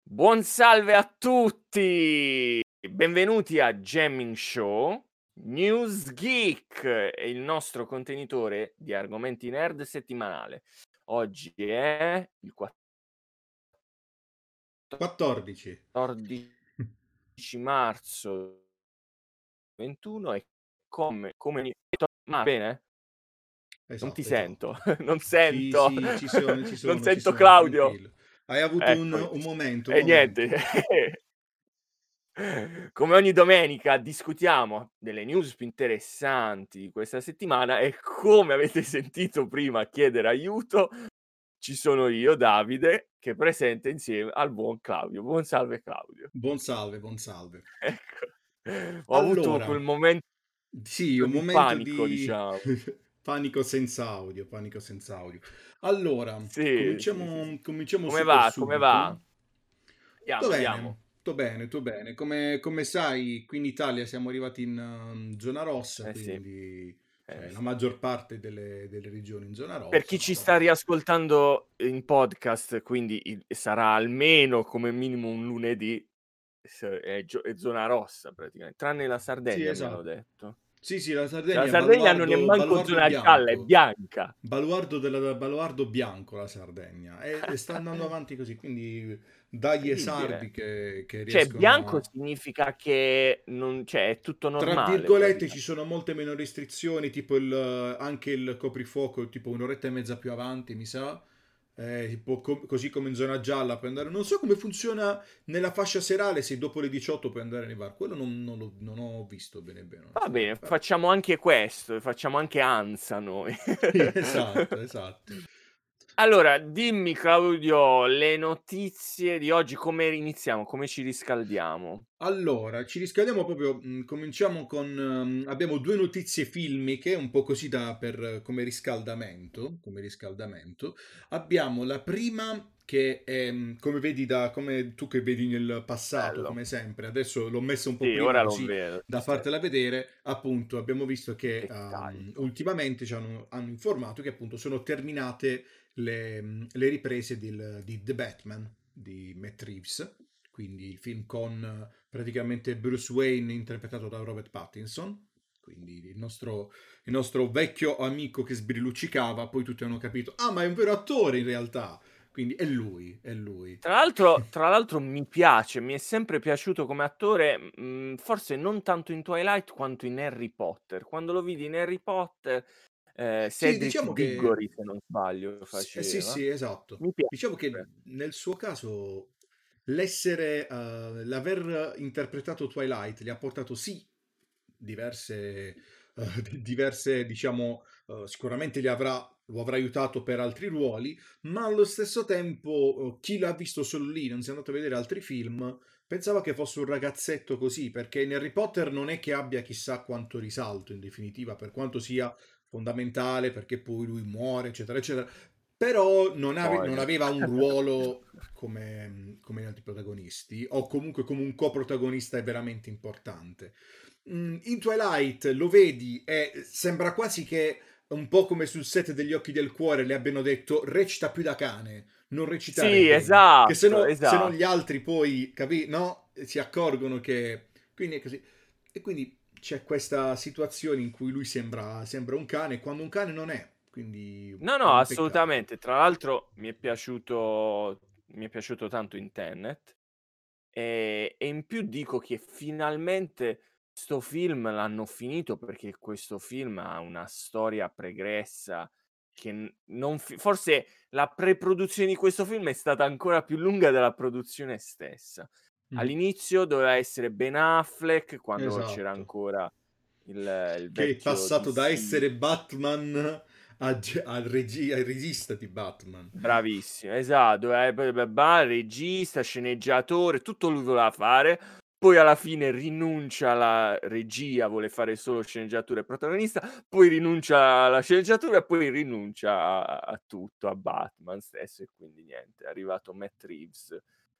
Buon salve a tutti! Benvenuti a Jamming Show. News Geek è il nostro contenitore di argomenti nerd settimanale. Oggi è il 14. 14 marzo 21 e come bene? Non ti Esatto, sento, esatto. non Sì, sento, sì, ci sono, ci non sono, ci sento sono, Claudio. tranquillo. Hai avuto un, Eccomi. un momento, un E niente. momento. Come ogni domenica discutiamo delle news più interessanti di questa settimana e come avete sentito prima chiedere aiuto, ci sono io, Davide, che presente insieme al buon Claudio. Buon salve Claudio. Buon salve, buon salve. Ecco, ho avuto quel Allora, momento sì, un di momento panico, di diciamo. panico senza audio, panico senza audio. Allora, Sì, sì, sì, sì. cominciamo Come super va? Come va? subito. Tutto Andiamo, bene, andiamo. tutto bene, tutto bene. Come sai, qui in Italia siamo arrivati in zona rossa, Eh sì, quindi cioè, la sì. maggior parte delle regioni in zona Per rossa, chi ma ci sta vabbè. riascoltando in podcast, quindi sarà almeno come minimo un lunedì, è zona rossa praticamente, tranne la Sì, Sardegna mi hanno esatto. detto. Sì, sì, la Cioè la Sardegna è Sardegna non è manco baluardo zona gialla, è bianco. bianca. Baluardo bianco la Sardegna. E sta andando avanti così, quindi dagli Incredibile. sardi che Cioè riescono bianco a... significa che non cioè è tutto Tra normale virgolette ci praticamente. sono molte meno restrizioni, tipo anche il coprifuoco, tipo un'oretta e mezza più avanti, mi sa. Tipo, così come in zona gialla puoi andare. Non so come funziona nella fascia serale, se dopo le 18 puoi andare nei bar. Quello non ho visto bene bene, Va bene, onestamente. Però. facciamo anche questo, facciamo anche ANSA noi. Sì, esatto, esatto. Allora, dimmi Claudio, le notizie di oggi, come iniziamo? Come ci riscaldiamo? Allora, ci riscaldiamo proprio, cominciamo con, abbiamo due notizie filmiche, un po' così come riscaldamento, come riscaldamento. Abbiamo la prima che è, come tu che vedi nel passato, Bello. come sempre, adesso l'ho messa un po' Sì, prima ora lo così vedo, da sì, fartela vedere, appunto abbiamo visto il che dettaglio. ultimamente hanno informato che appunto sono terminate le riprese di The Batman di Matt Reeves, quindi il film con praticamente Bruce Wayne interpretato da Robert Pattinson, quindi il nostro vecchio amico che sbrilluccicava, poi tutti hanno capito, ah ma è un vero attore in realtà, quindi è lui, è lui. Tra l'altro mi piace, mi è sempre piaciuto come attore, forse non tanto in Twilight quanto in Harry Potter. Quando lo vidi in Harry Potter, Sì, Cedric diciamo che... Diggory, se non sbaglio, Sì, faceva. sì, esatto. Mi Diciamo che piace. nel suo caso l'aver interpretato Twilight gli ha portato sì diverse, diverse diciamo, sicuramente lo avrà aiutato per altri ruoli, ma allo stesso tempo chi l'ha visto solo lì, non si è andato a vedere altri film, pensava che fosse un ragazzetto così, perché in Harry Potter non è che abbia chissà quanto risalto, in definitiva, per quanto sia fondamentale, perché poi lui muore, eccetera, eccetera, però non Spoiler. aveva un ruolo come gli altri protagonisti, o comunque come un coprotagonista è veramente importante. In Twilight lo vedi e sembra quasi che un po' come sul set degli Occhi del Cuore le abbiano detto recita più da cane, non recitare Sì, bene, che esatto, se no gli esatto. altri poi, no? Si accorgono che... Quindi è così. E quindi c'è questa situazione in cui lui sembra un cane quando un cane non è, quindi No, è no, un peccato. assolutamente. Tra l'altro mi è piaciuto tanto in Tenet, e in più dico che finalmente 'sto film l'hanno finito, perché questo film ha una storia pregressa che non forse la pre-produzione di questo film è stata ancora più lunga della produzione stessa. Mhm. All'inizio doveva essere Ben Affleck, quando c'era Esatto. ancora il Che è vecchio passato da DC. essere Batman al regista di Batman. Bravissimo, esatto, regista, sceneggiatore, tutto lui voleva fare, poi alla fine rinuncia alla regia, vuole fare solo sceneggiatura e protagonista, poi rinuncia alla sceneggiatura e poi rinuncia a tutto, a Batman stesso, e quindi niente, è arrivato Matt Reeves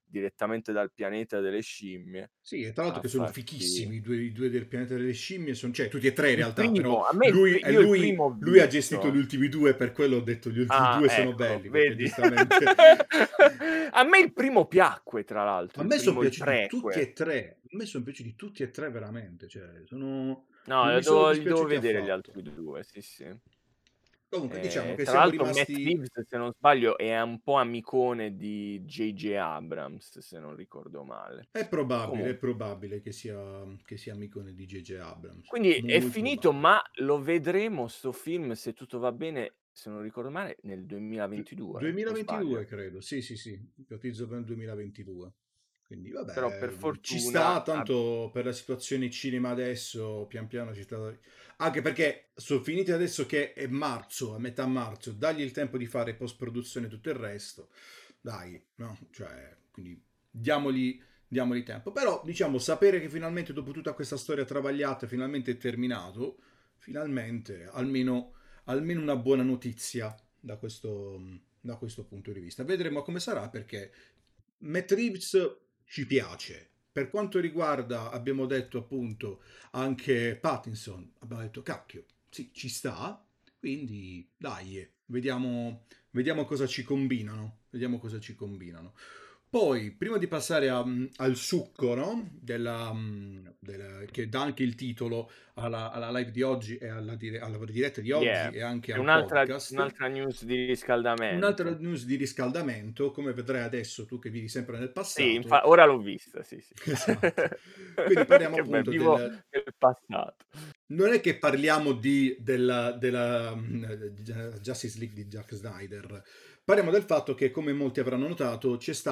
direttamente dal pianeta delle scimmie Sì, e tra l'altro a che sono farci fighissimi i 2 del Pianeta delle Scimmie, cioè tutti e 3 in il realtà, però primo. A me io il primo ho lui ha gestito gli visto. ultimi 2, per quello ho detto gli ultimi Ah, 2 sono ecco, belli, perché vedi? giustamente A me il primo piacque, tra l'altro, a il me son primo, il piaciuti tutti prequel. e 3, a me son piaciuti tutti e 3 veramente, cioè non No, mi sono li devo dispiaciuti vedere gli affatto. altri 2, sì, sì. Comunque diciamo che Tra siamo l'altro Matt rimasti Reeves, se non sbaglio, è un po' amicone di J.J. Abrams, se non ricordo male. è Comunque, probabile che sia amicone di J.J. Abrams, quindi è muy finito, probabile. ma lo vedremo 'sto film, se tutto va bene, se non ricordo male, nel 2022, o 2022 sbaglio? credo, sì, sì, sì, ipotizzo per il 2022. Quindi Però per vabbè, ci fortuna sta, tanto per la situazione cinema adesso, pian piano ci sta. Anche perché sono finiti adesso che è marzo, a metà marzo, dagli il tempo di fare post-produzione e tutto il resto. Dai, no? Cioè, quindi diamogli tempo. Però, diciamo, sapere che finalmente dopo tutta questa storia travagliata, finalmente è terminato, finalmente, almeno una buona notizia da questo punto di vista. Vedremo come sarà perché Matt Reeves ci piace. Per quanto riguarda, abbiamo detto appunto, anche Pattinson, abbiamo detto cacchio, sì, ci sta, quindi dai, vediamo cosa ci combinano, vediamo cosa ci combinano. Poi, prima di passare al succo, no? Che dà anche il titolo alla live di oggi e alla diretta di oggi Yeah, e anche c'è al podcast. un'altra news di Un'altra riscaldamento. news di riscaldamento, come vedrai adesso tu che vivi sempre nel Sì, passato. ora l'ho vista, sì, sì. Esatto. Quindi parliamo Che bel appunto vivo del... nel passato. Non è che parliamo di Justice League di Zack Snyder. Parliamo del fatto che, come molti avranno notato,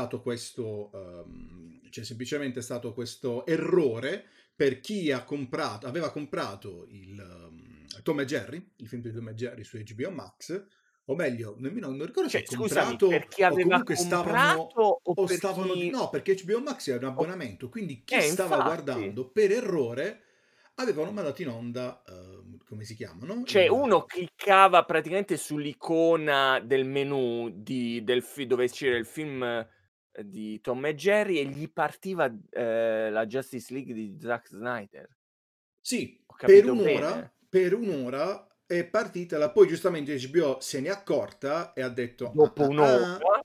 c'è semplicemente stato questo errore per chi aveva comprato Tom e Jerry, il film di Tom e Jerry su HBO Max, o meglio, nemmeno non ricordo se Cioè, è scusami, per comprato chi o aveva comunque comprato o per stavano di... chi No, perché HBO Max è un o abbonamento, quindi chi stava infatti. guardando per errore avevano mandato in onda, come si chiamano? Cioè, uno cliccava praticamente sull'icona del menu dove c'era il film, di Tom e Jerry, e gli partiva, la Justice League di Zack Snyder. Sì, Ho capito bene? per un'ora è partita, poi giustamente HBO se n'è accorta e ha detto Dopo un'ora.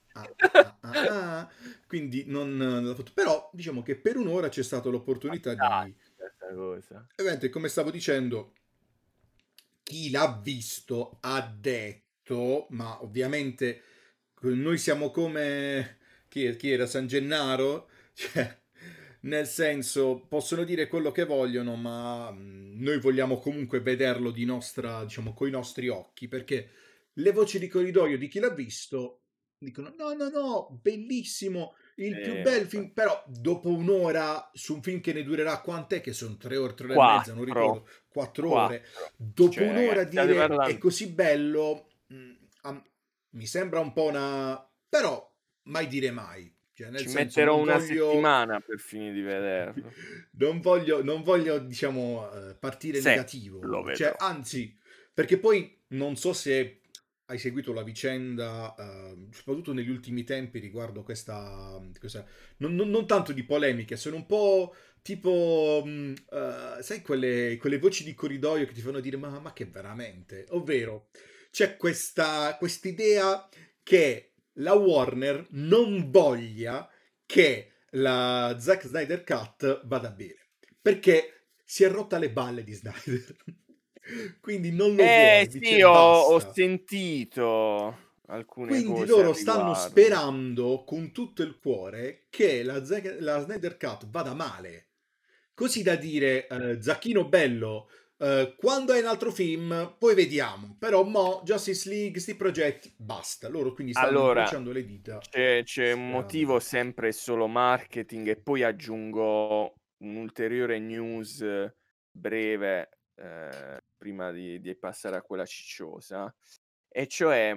quindi non l'ha fatto. Però diciamo che per un'ora c'è stata l'opportunità di... Fantastica 'sta cosa. Ovviamente, come stavo dicendo, chi l'ha visto ha detto, ma ovviamente noi siamo come chi era San Gennaro? Cioè, nel senso, possono dire quello che vogliono, ma noi vogliamo comunque vederlo diciamo, coi nostri occhi, perché le voci di corridoio di chi l'ha visto dicono: no, no, no, bellissimo, il più bel Vabbè. film, però dopo un'ora su un film che ne durerà quant'è? Che sono 3 ore, 3 ore e mezza, non 4, ricordo, 4 ore. 4. Dopo Cioè un'ora ragazzi, state dire è parlando, così bello, a- mi sembra un po' una... però mai dire mai. Cioè, nel ci senso, metterò non una voglio, settimana per finire di vederlo. non voglio, diciamo, partire Se lo negativo. Cioè, vedrò. anzi, perché poi non so se hai seguito la vicenda, soprattutto negli ultimi tempi riguardo non tanto di polemiche, sono un po' tipo, sai, quelle voci di corridoio che ti fanno dire, ma che veramente? Ovvero, c'è quest'idea che la Warner non voglia che la Zack Snyder Cut vada bene, perché si è rotta le balle di Snyder. Quindi non lo Eh vuole, dice sì, ho basta. sentito alcune Quindi cose al loro stanno riguardo. sperando con tutto il cuore che la Snyder Cut vada male, così da dire, Zacchino bello, quando hai un altro film poi vediamo, però mo Justice League, sti progetti, basta. Loro quindi stanno Allora, incrociando le dita c'è un sperando in motivo questo. sempre e solo marketing, e poi aggiungo un'ulteriore news breve, prima di passare a quella cicciosa, e cioè,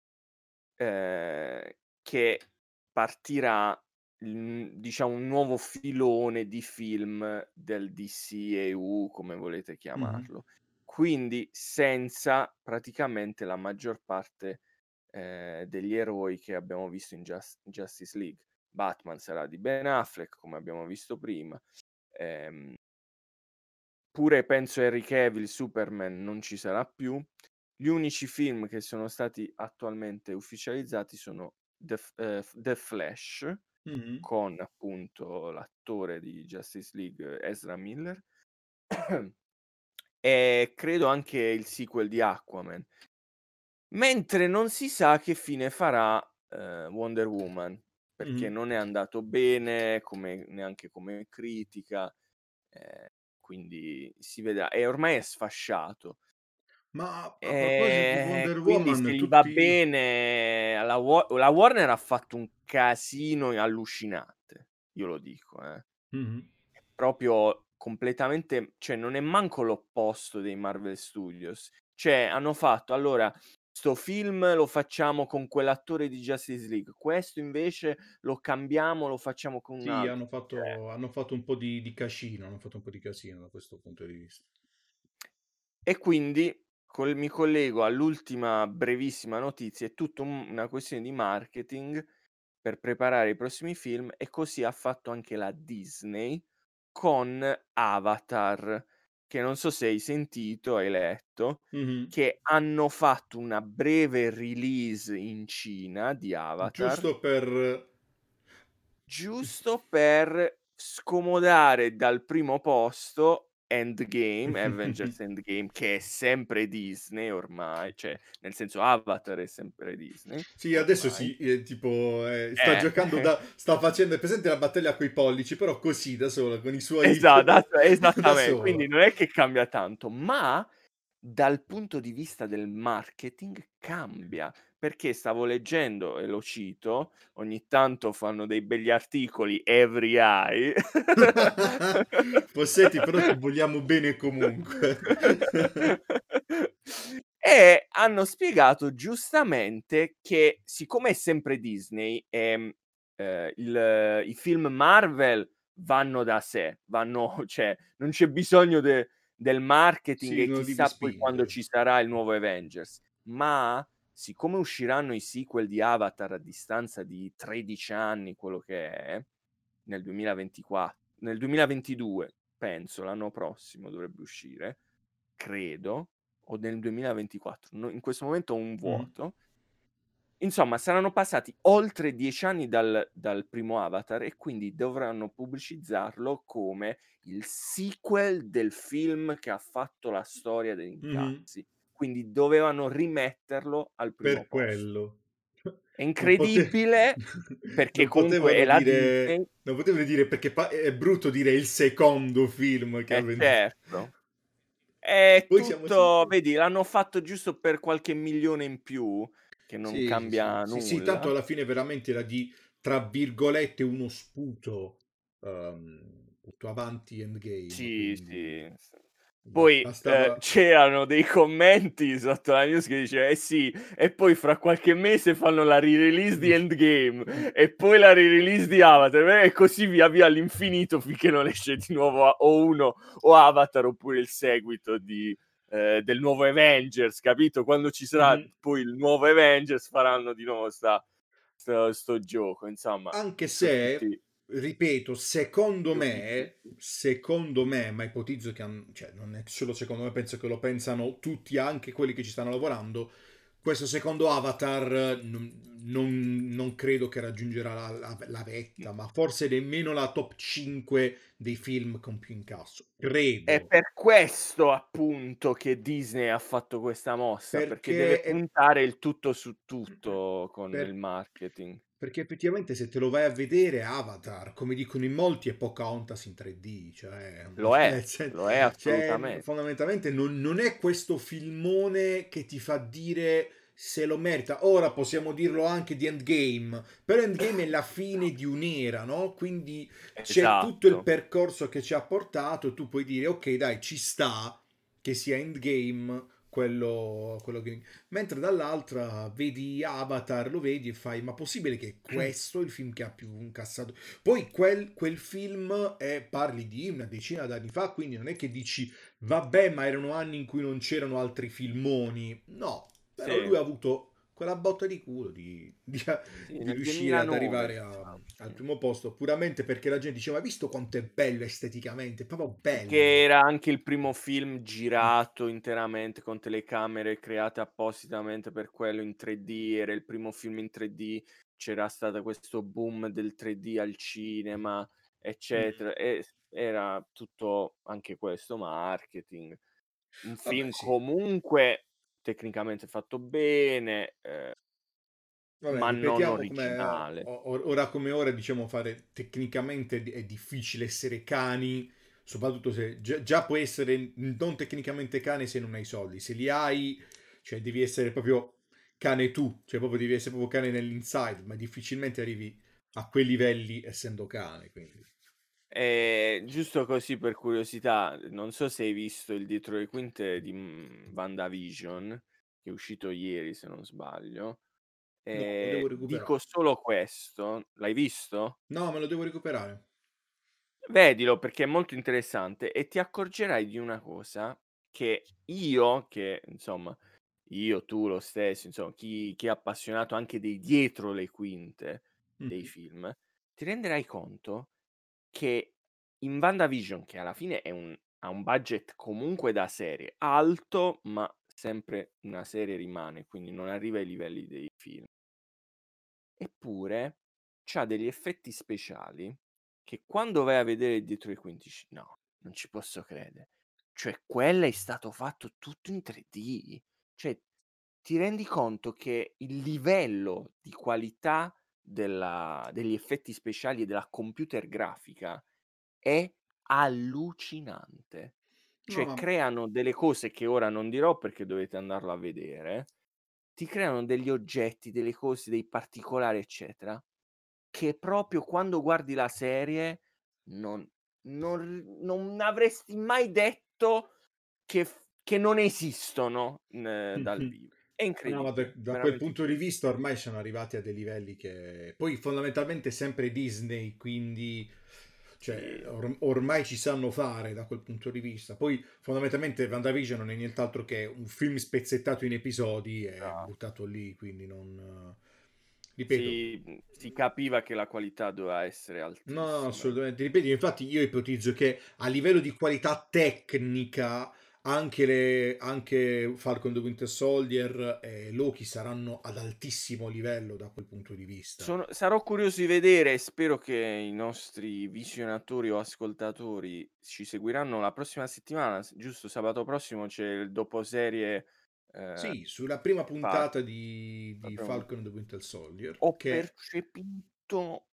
ehm, che partirà, diciamo, un nuovo filone di film del DCEU, come volete Mhm. chiamarlo. Quindi senza praticamente la maggior parte, degli eroi che abbiamo visto in Justice League. Batman sarà di Ben Affleck, come abbiamo visto prima. Ehm, Pure penso Henry Cavill, Superman non ci sarà più. Gli unici film che sono stati attualmente ufficializzati sono The Flash, Mhm. con appunto l'attore di Justice League Ezra Miller, e credo anche il sequel di Aquaman. Mentre non si sa che fine farà, Wonder Woman, perché Mhm. non è andato bene neanche come critica, ehm, quindi si vedrà. E ormai è sfasciato. Ma a proposito di Wonder Quindi se Woman, gli va tutti... bene la Warner ha fatto un casino allucinante, io lo dico, Mhm. proprio completamente, cioè non è manco l'opposto dei Marvel Studios. Cioè hanno fatto: "Allora, 'sto film lo facciamo con quell'attore di Justice League, questo invece lo cambiamo, lo facciamo con un Sì, altro." Cioè, hanno fatto un po' di casino, hanno fatto un po' di casino da questo punto di vista. e quindi mi collego all'ultima brevissima notizia, è tutto una questione di marketing per preparare i prossimi film, e così ha fatto anche la Disney con Avatar, che non so se hai sentito, hai letto, Mhm. che hanno fatto una breve release in Cina di Avatar, Giusto per... giusto per scomodare dal primo posto Endgame, Avengers Endgame, che è sempre Disney ormai, cioè nel senso Avatar è sempre Disney Sì, adesso ormai. sì, tipo, sta giocando Eh. sta facendo, è presente la battaglia coi pollici, però così, da sola, con i suoi... da Esattamente. Quindi sola. non è che cambia tanto, ma dal punto di vista del marketing cambia, perché stavo leggendo e lo cito, ogni tanto fanno dei begli articoli Every Eye. Fossetti, però ti vogliamo bene comunque. E hanno spiegato giustamente che siccome è sempre Disney, i film Marvel vanno da sé, vanno cioè non c'è bisogno del marketing Sì, e non devi chissà poi quando spingere. ci sarà il nuovo Avengers. Ma siccome usciranno i sequel di Avatar a distanza di 13 anni, quello che è, nel 2022 penso, l'anno prossimo dovrebbe uscire, credo, o nel 2024, in questo momento ho un Mhm. vuoto. Insomma, saranno passati oltre 10 anni dal primo Avatar, e quindi dovranno pubblicizzarlo come il sequel del film che ha fatto la storia degli Mhm. incassi. Quindi dovevano rimetterlo al primo Per posto. quello. È Non incredibile, perché non comunque è potevano la dire Disney. non potevano dire perché è brutto dire il secondo film che ha venduto. Certo. È Poi siamo sì. tutto, vedi, l'hanno fatto giusto per qualche milione in più, che non Sì, sì. cambia Sì, sì, tanto nulla. alla fine veramente era di, tra virgolette, "uno sputo", portò avanti Endgame, Sì, sì, quindi poi, bastava... c'erano dei commenti sotto la news che diceva: "Eh sì, e poi fra qualche mese fanno la re-release di Endgame, e poi la re-release di Avatar", e così via via all'infinito, finché non esce di nuovo o uno o Avatar oppure il seguito del nuovo Avengers, capito? Quando ci sarà Mhm. poi il nuovo Avengers faranno di nuovo 'sto gioco, insomma, Anche so' se, tutti ripeto, dubbi inutili. secondo me, ma ipotizzo che, cioè, non è solo secondo me, penso che lo pensano tutti, anche quelli che ci stanno lavorando, questo secondo Avatar non credo che raggiungerà la vetta, ma forse nemmeno la top 5 dei film con più incasso. È Credo. per questo appunto che Disney ha fatto questa mossa, perché deve Perché è... puntare il tutto su tutto con il per- marketing. Perché effettivamente se te lo vai a vedere Avatar, come dicono in molti, è Pocahontas in 3D, cioè, Lo è cioè, assolutamente. fondamentalmente non è questo filmone che ti fa dire se lo merita. Ora possiamo dirlo anche di Endgame, però Endgame è la fine di un'era, no? Quindi c'è tutto il Esatto. percorso che ci ha portato, tu puoi dire ok dai, ci sta che sia Endgame quello che... Mentre dall'altra vedi Avatar, lo vedi e fai, ma possibile che questo è il film che ha più incassato? Poi quel film parli di una decina d'anni fa, quindi non è che dici, vabbè, ma erano anni in cui non c'erano altri filmoni. No, però Sì. lui ha avuto quella botta di culo Sì, di nel riuscire ad 2009 arrivare diciamo, al sì. primo posto, puramente perché la gente diceva, hai visto quanto è bello esteticamente? È proprio Perché bello. era anche il primo film girato interamente con telecamere create appositamente per quello in 3D, era il primo film in 3D, c'era stata questo boom del 3D al cinema, Mm. eccetera, e era tutto anche questo marketing. Un Vabbè, film sì. comunque tecnicamente fatto bene, Vabbè, ma non ripetiamo come originale. ora come ora, diciamo, fare tecnicamente è difficile essere cani, soprattutto se già puoi essere non tecnicamente cane se non hai soldi. Se li hai, cioè devi essere proprio cane tu, cioè proprio devi essere proprio cane nell'inside, ma difficilmente arrivi a quei livelli essendo cane, quindi. Giusto così per curiosità, non so se hai visto il dietro le quinte di, WandaVision, che è uscito ieri se non sbaglio. No, lo devo Dico recuperare. solo questo, l'hai visto? No, me lo devo recuperare. Vedilo perché è molto interessante e ti accorgerai di una cosa, che insomma, io, tu, lo stesso, insomma, chi è appassionato anche dei dietro le quinte dei Mhm. film, ti renderai conto che in WandaVision, che alla fine ha un budget comunque da serie alto, ma sempre una serie rimane, quindi non arriva ai livelli dei film. Eppure c'ha degli effetti speciali che quando vai a vedere dietro le quinte dici: "No, non ci posso credere. Cioè quello è stato fatto tutto in 3D". Cioè ti rendi conto che il livello di qualità degli effetti speciali e della computer grafica è allucinante. No, Cioè ma creano delle cose che ora non dirò perché dovete andarlo a vedere, ti creano degli oggetti, delle cose, dei particolari, eccetera, che proprio quando guardi la serie non non avresti mai detto che non esistono, dal Mh-mh. vivo. È No, ma incredibile, da quel veramente punto di incredibile. vista ormai sono arrivati a dei livelli che poi fondamentalmente è sempre Disney, quindi cioè, Sì, ormai ci sanno fare da quel punto di vista. Poi fondamentalmente WandaVision non è nient'altro che un film spezzettato in episodi e esa buttato lì, quindi non ripeto, si capiva che la qualità doveva essere no, altissima. assolutamente. Ripeto, infatti io ipotizzo che a livello di qualità tecnica anche Falcon the Winter Soldier e Loki saranno ad altissimo livello da quel punto di vista. Sarò curioso di vedere e spero che i nostri visionatori o ascoltatori ci seguiranno la prossima settimana, giusto sabato prossimo c'è il doposerie, ehm, Sì, sulla prima di Fal puntata di Falcon the Winter Soldier, ho che percepito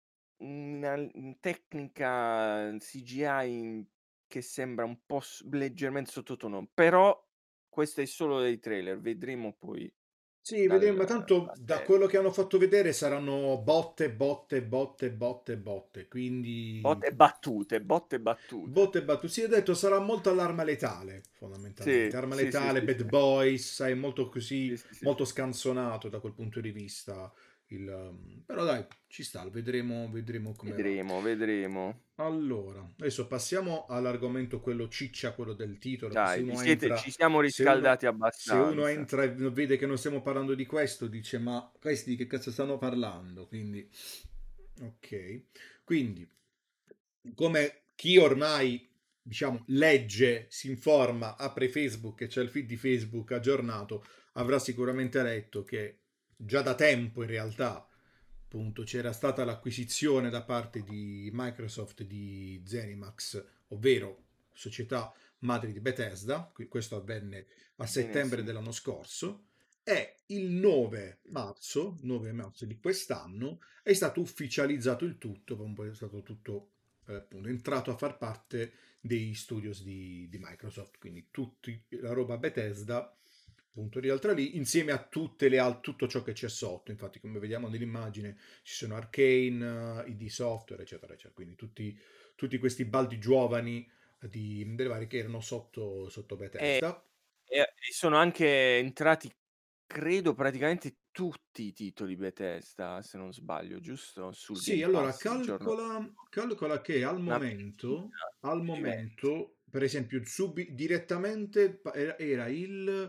tecnica CGI che sembra un po' leggermente sottotono, però questo è solo dei trailer, vedremo poi sì, vedremo, ma tanto dalla da serie. quello che hanno fatto vedere saranno botte, botte, botte, botte, botte, quindi Botte e battute. botte e battute. Sì, ho detto sarà molto all'arma letale, fondamentalmente. Sì, Arma sì, sì, letale, sì, Bad sì. Boys, sai, molto così, Sì, sì, sì, molto sì. scanzonato da quel punto di vista. Però dai, ci sta, vedremo come va. Vedremo, vedremo. Allora, adesso passiamo all'argomento quello ciccia, quello del titolo, che Dai, vi siete ci siamo riscaldati se uno abbastanza. entra e vede che non stiamo parlando di questo, dice ma questi di che cazzo stanno parlando? Quindi, ok. Quindi, come chi ormai, diciamo, legge, si informa, apre Facebook e c'è il feed di Facebook aggiornato, avrà sicuramente letto che già da tempo in realtà appunto c'era stata l'acquisizione da parte di Microsoft di Zenimax, ovvero società madre di Bethesda, questo avvenne a Bene, settembre sì. dell'anno scorso, e il 9 marzo di quest'anno è stato ufficializzato il tutto, è stato tutto appunto, entrato a far parte dei studios di Microsoft, quindi la roba Bethesda appunto rientra lì insieme a tutto ciò che c'è sotto. Infatti, come vediamo nell'immagine, ci sono Arcane, ID Software, eccetera, eccetera. Quindi tutti questi baldi giovani delle varie che erano sotto E Bethesda. e sono anche entrati, credo, praticamente tutti i titoli Bethesda, se non sbaglio, giusto? Sul Sì, Game allora Pass il giorno calcola che una ventina al più di 20. momento, per esempio, direttamente era il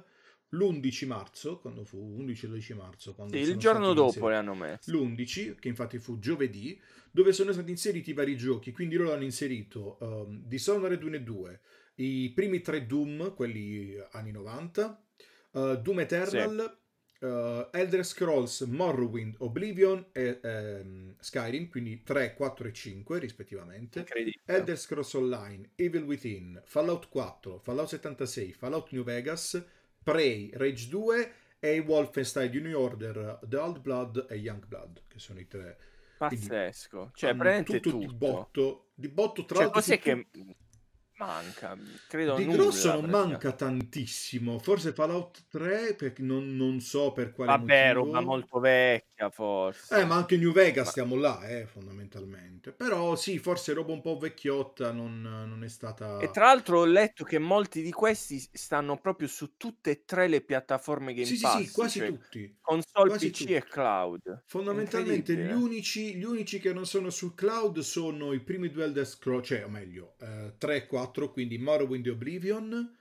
l'11 marzo, quando fu 11-12 marzo, Sì, quando il sono giorno stati dopo inseriti. le hanno messe. L'11, che infatti fu giovedì, dove sono stati inseriti i vari giochi. Quindi loro hanno inserito Dishonored 1 e 2, i primi tre Doom, quelli anni 90, Doom Sì, Eternal, Elder Scrolls Morrowind, Oblivion e Skyrim, quindi 3, 4 e 5 rispettivamente. incredibile. Elder Scrolls Online, Evil Within, Fallout 4, Fallout 76, Fallout New Vegas, Prey, Rage 2 e Wolfenstein The New Order, The Old Blood e Young Blood, che sono i tre. Quindi Pazzesco. Cioè, hanno praticamente tutto tutto. di botto, tra Cioè, l'altro cos'è su che tutto. manca? Credo Di grosso nulla, non praticamente. manca tantissimo, forse Fallout 3, perché non so per quale Vabbè, roba motivo. molto vecchia, Ma forse. anche New Vegas Ma stiamo là, fondamentalmente. Però sì, forse roba un po' vecchiotta non è E stata. tra l'altro ho letto che molti di questi stanno proprio su tutte e 3 le piattaforme Game Sì, sì, sì, Pass, quasi cioè tutti. console, Quasi PC e tutti. cloud. È Fondamentalmente incredibile. gli unici che non sono sul cloud sono i primi due Elder Scrolls, cioè, o meglio, 3 e 4, quindi Morrowind e Oblivion.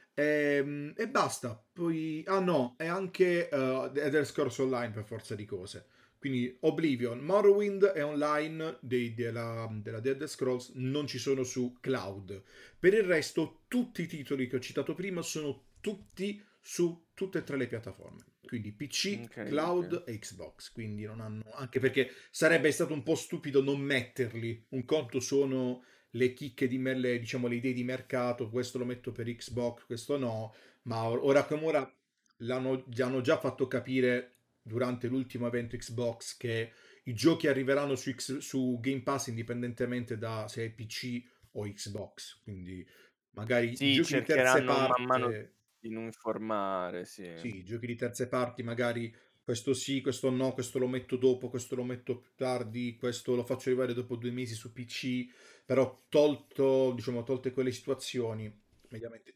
E basta. Poi, ah no, e anche Elder Scrolls Online per forza di cose. Quindi Oblivion, Morrowind è online della The Elder Scrolls, non ci sono su cloud. Per il resto, tutti i titoli che ho citato prima sono tutti su tutte e tre le piattaforme. Quindi PC, Incredibile. cloud e Xbox. Quindi non hanno. Anche perché sarebbe stato un po' stupido non metterli. Un conto sono le chicche diciamo le idee di mercato, questo lo metto per Xbox, questo no, ma ora come ora hanno già fatto capire durante l'ultimo evento Xbox che i giochi arriveranno su Game Pass indipendentemente da se è PC o Xbox, quindi magari i Sì, giochi di terze cercheranno man mano parti, di non informare, sì. sì, i giochi di terze parti magari questo sì, questo no, questo lo metto dopo, questo lo metto più tardi, questo lo faccio arrivare dopo 2 mesi su PC, però diciamo, tolte quelle situazioni, mediamente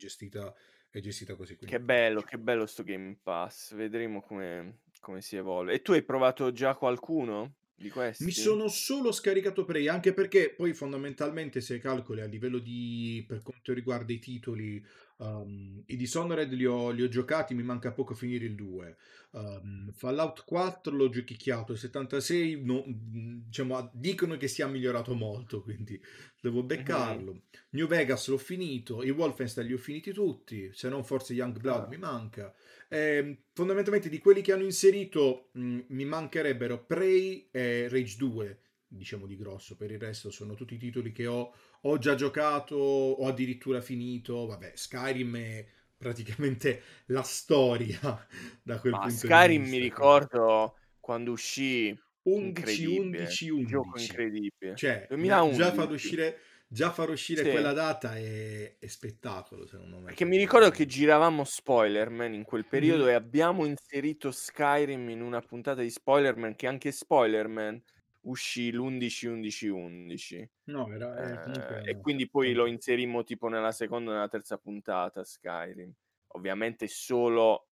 è gestita così, quindi Che bello sto Game Pass. Vedremo come si evolve. E tu hai provato già qualcuno di mi questi? sono solo scaricato Prey, anche perché poi fondamentalmente se calcoli a livello per quanto riguarda i titoli, i Dishonored li ho giocati, mi manca poco a finire il 2. Fallout 4 l'ho giochicchiato, il 76 diciamo, dicono che sia migliorato molto, quindi devo Mh-mh. beccarlo. New Vegas l'ho finito, i Wolfenstein li ho finiti tutti, se non forse Young Blood Ah. mi manca. Fondamentalmente di quelli che hanno inserito mi mancherebbero Prey e Rage 2, diciamo di grosso, per il resto sono tutti titoli che ho già giocato o addirittura finito. Vabbè, Skyrim è praticamente la storia da quel Ma punto di Skyrim mi vista, quindi ricordo quando uscì, 11, incredibile, 11, gioco 11. incredibile. Cioè, già 2011? far uscire Sì, quella data è spettacolo, secondo me, perché mi ricordo che perché. giravamo Spoilerman in quel periodo Mhm. e abbiamo inserito Skyrim in una puntata di Spoilerman, che anche Spoilerman uscì l'11/11/11. No, comunque E erano quindi poi lo tanti. inserimmo tipo nella seconda o nella terza puntata Skyrim. Ovviamente solo,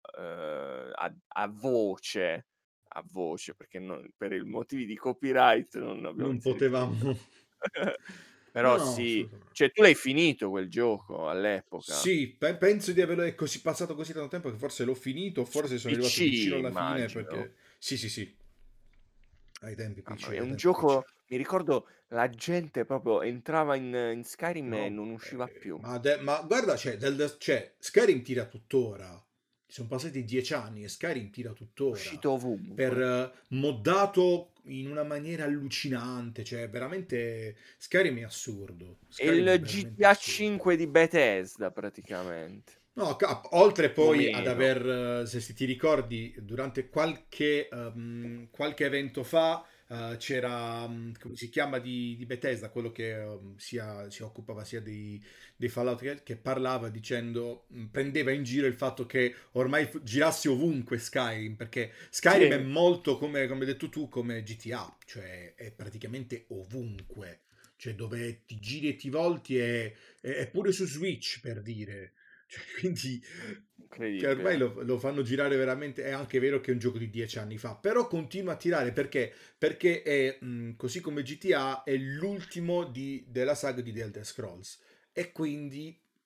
a voce, perché per il motivi di copyright non abbiamo Non inserito potevamo. nulla. No, Però no, sì, assolutamente. cioè tu l'hai finito quel gioco all'epoca? Sì, penso di averlo è così passato così tanto tempo che forse l'ho finito, Su forse sono arrivato vicino PC alla fine immagino. perché. Sì, sì, sì, ai tempi Mamma PC, mia, è ai un tempi PC. gioco, mi ricordo la gente proprio entrava in Skyrim e No, non usciva più. ma guarda, Skyrim tira tuttora. Sono passati 10 anni e Skyrim tira È tuttora. uscito ovunque. Moddato in una maniera allucinante, cioè veramente Skyrim è assurdo. È Skyrim è il veramente GTA assurdo. 5 di Bethesda praticamente, No, oltre più o poi ad meno. aver, se ti ricordi, durante qualche evento fa c'era, come si chiama, di Bethesda, quello che si occupava sia dei Fallout che parlava dicendo, prendeva in giro il fatto che ormai girassi ovunque Skyrim, perché Skyrim è Sì, molto, come hai detto tu, come GTA, cioè è praticamente ovunque, cioè dove ti giri e ti volti è pure su Switch per dire. Cioè, quindi che ormai incredibile. lo fanno girare veramente. È anche vero che è un gioco di 10 anni fa, però continua a tirare perché è così come GTA è l'ultimo della saga di The Elder Scrolls e quindi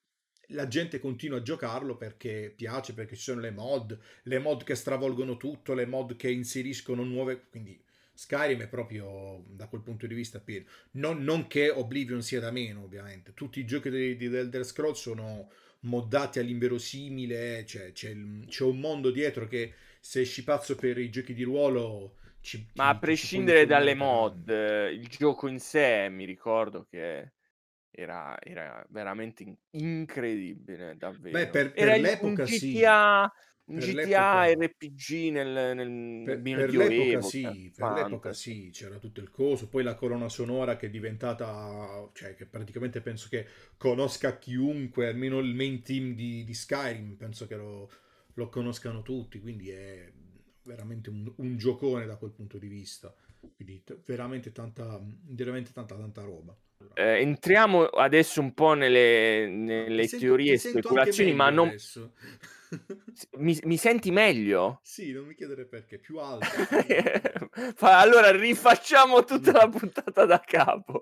la gente continua a giocarlo perché piace, perché ci sono le mod che stravolgono tutto, le mod che inseriscono nuove, quindi Skyrim è proprio da quel punto di vista pieno. Non che Oblivion sia da meno, ovviamente. Tutti i giochi di Elder Scrolls sono moddati all'inverosimile, c'è un mondo dietro che se esci pazzo per i giochi di ruolo Ma a ti ci puoi prescindere dalle informare per mod, anni. il gioco in sé mi ricordo che era veramente incredibile, Beh, davvero. per Era un l'epoca sì, GTA, un per GTA l'epoca RPG nel Medioevo, cioè per l'epoca fantasy. sì, c'era tutto il coso, poi la colonna sonora che è diventata, cioè che praticamente penso che conosca chiunque, almeno il main team di Skyrim, penso che lo conoscano tutti, quindi è veramente un giocone da quel punto di vista, quindi veramente tanta roba. Entriamo adesso un po' nelle Ti teorie e sento anche speculazioni, ma meglio non... adesso. Mi senti meglio? Sì, non mi chiedere perché, più alto, più... Allora rifacciamo tutta la Mhm. puntata da capo.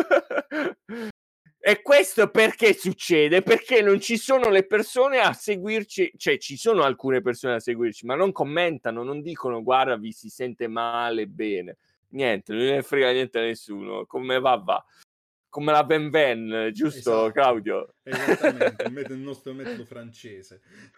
E questo perché succede? Perché non ci sono le persone a seguirci, cioè ci sono alcune persone a seguirci, ma non commentano, non dicono guarda vi si sente male, bene. Niente, non ne frega niente a nessuno. Come va? Come la Ben Ben, giusto Esatto, Claudio? esattamente, il nostro metodo francese.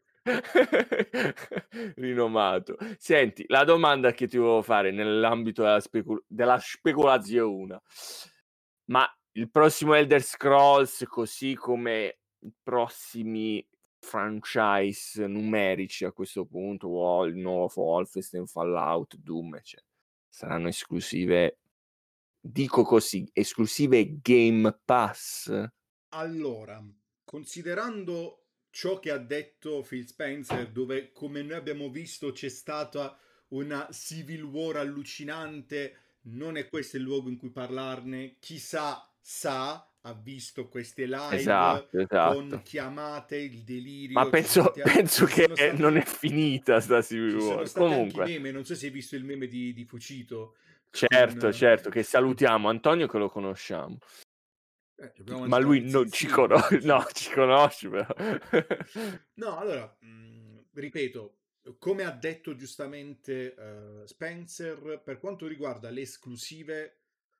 Rinomato. Senti, la domanda che ti volevo fare nell'ambito della speculazione, ma il prossimo Elder Scrolls, così come i prossimi franchise numerici a questo punto, il nuovo Wolfenstein, Fallout, Doom, eccetera, saranno esclusive, dico così, esclusive Game Pass? Allora, considerando ciò che ha detto Phil Spencer, dove come noi abbiamo visto c'è stata una civil war allucinante, non è questo il luogo in cui parlarne. Chissà, ha visto queste live Esatto, con esatto. chiamate, il Ma delirio, penso, penso ci che sono non stati, è finita sta Civil ci sono War. stati anche i Comunque, meme, non so se hai visto il meme di Fucito certo, con... certo, che salutiamo Antonio che lo conosciamo. abbiamo Ma mangiato una lui pizza non ci insieme, conosce, sì. no, ci conosce però. No, allora, ripeto, come ha detto giustamente Spencer, per quanto riguarda le esclusive,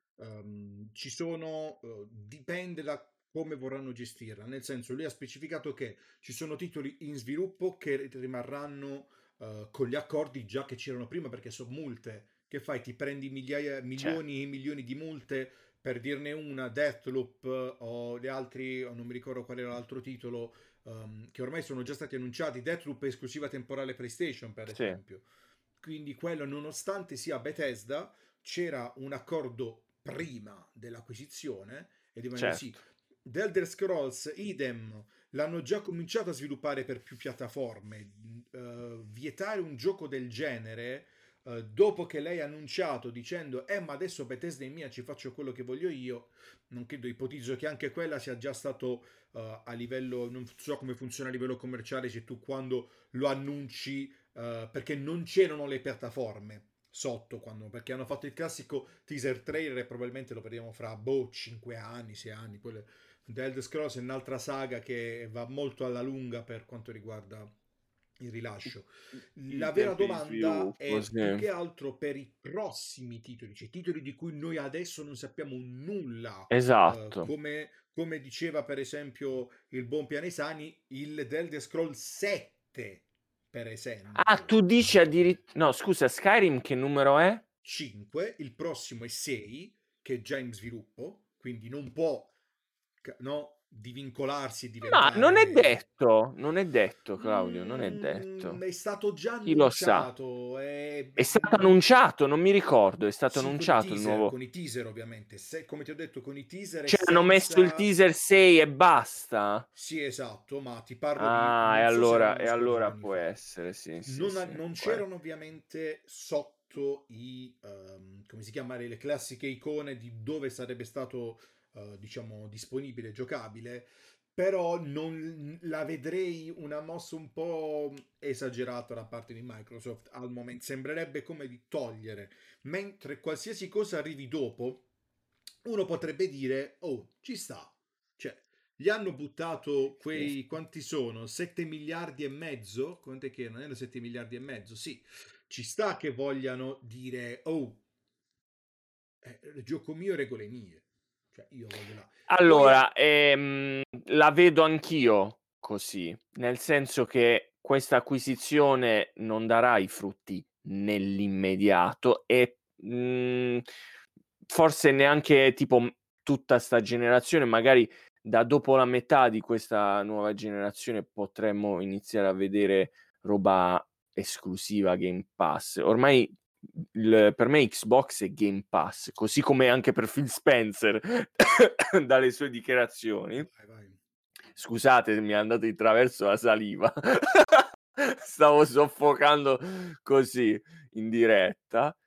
ci sono, dipende da come vorranno gestirla. Nel senso, lui ha specificato che ci sono titoli in sviluppo che rimarranno con gli accordi già che c'erano prima, perché sono multe. Che fai? Ti prendi migliaia, Cioè, milioni e milioni di multe per dirne una, Deathloop o gli altri, o non mi ricordo qual era l'altro titolo, che ormai sono già stati annunciati. Deathloop è esclusiva temporale PlayStation, per sì, esempio. Quindi quello, nonostante sia Bethesda, c'era un accordo prima dell'acquisizione e divenne sì. certo. The Elder Scrolls, idem, l'hanno già cominciato a sviluppare per più piattaforme. Vietare un gioco del genere dopo che lei ha annunciato dicendo ma adesso Bethesda è mia, ci faccio quello che voglio io, non credo, ipotizzo che anche quella sia già stato a livello, non so come funziona a livello commerciale, se tu quando lo annunci, perché non c'erano le piattaforme sotto, perché hanno fatto il classico teaser trailer e probabilmente lo vediamo fra 5 anni, 6 anni. Poi The Elder Scrolls è un'altra saga che va molto alla lunga per quanto riguarda il rilascio. I La vera tempi di domanda sviluppo, è più sì. che altro per i prossimi titoli, cioè titoli di cui noi adesso non sappiamo nulla, Esatto. come diceva per esempio il buon Pianesani, il The Elder Scrolls 7, per Ah, esempio. tu dici addirittura... No, scusa, Skyrim che numero è? 5, il prossimo è 6, che è già in sviluppo, quindi non può no, divincolarsi e Ma diventare... non è detto, Claudio, non è detto. È stato già Chi lo sa? annunciato, È stato annunciato, non mi ricordo, è stato sì, annunciato il nuovo... con i teaser ovviamente, come ti ho detto, con i teaser e Cioè, hanno messo il senza... teaser 6 e basta? Sì, esatto, ma ti parlo di... Ah, non so se e l'anno scorso o 2 allora anni può fa. essere, sì, sì, sì. Non c'erano ovviamente sotto come si chiama, le classiche icone di dove sarebbe stato, diciamo, disponibile, giocabile, però non la vedrei una mossa un po' esagerata da parte di Microsoft al momento. Sembrerebbe come di togliere, mentre qualsiasi cosa arrivi dopo, uno potrebbe dire, oh, ci sta. Cioè, gli hanno buttato Sì. quei, quanti sono? 7 miliardi e mezzo? Quant'è che non erano 7 miliardi e mezzo? Sì, ci sta che vogliano dire, oh, gioco mio, regole mie. Cioè, io voglio là. Poi Allora, la vedo anch'io così, nel senso che questa acquisizione non darà i frutti nell'immediato e, forse neanche tipo, tutta 'sta generazione, magari da dopo la metà di questa nuova generazione potremmo iniziare a vedere roba esclusiva Game Pass. Ormai per me Xbox è Game Pass, così come anche per Phil Spencer dalle sue dichiarazioni. vai, vai. Scusate, mi è andato di traverso la saliva. Stavo soffocando così in diretta.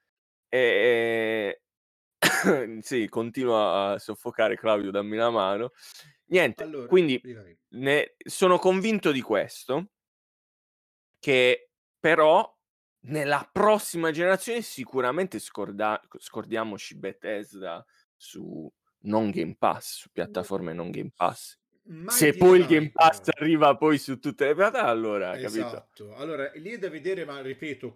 E sì, continua a soffocare Claudio, dammi una mano. Niente, Allora, quindi vai, vai. ne sono convinto di questo, che però nella prossima generazione sicuramente scordiamoci Bethesda su non Game Pass, su piattaforme non Game Pass. Mai Se dire poi il Game mai, Pass però. arriva poi su tutte le piatta allora, capito? Esatto. Allora, lì è da vedere, ma ripeto,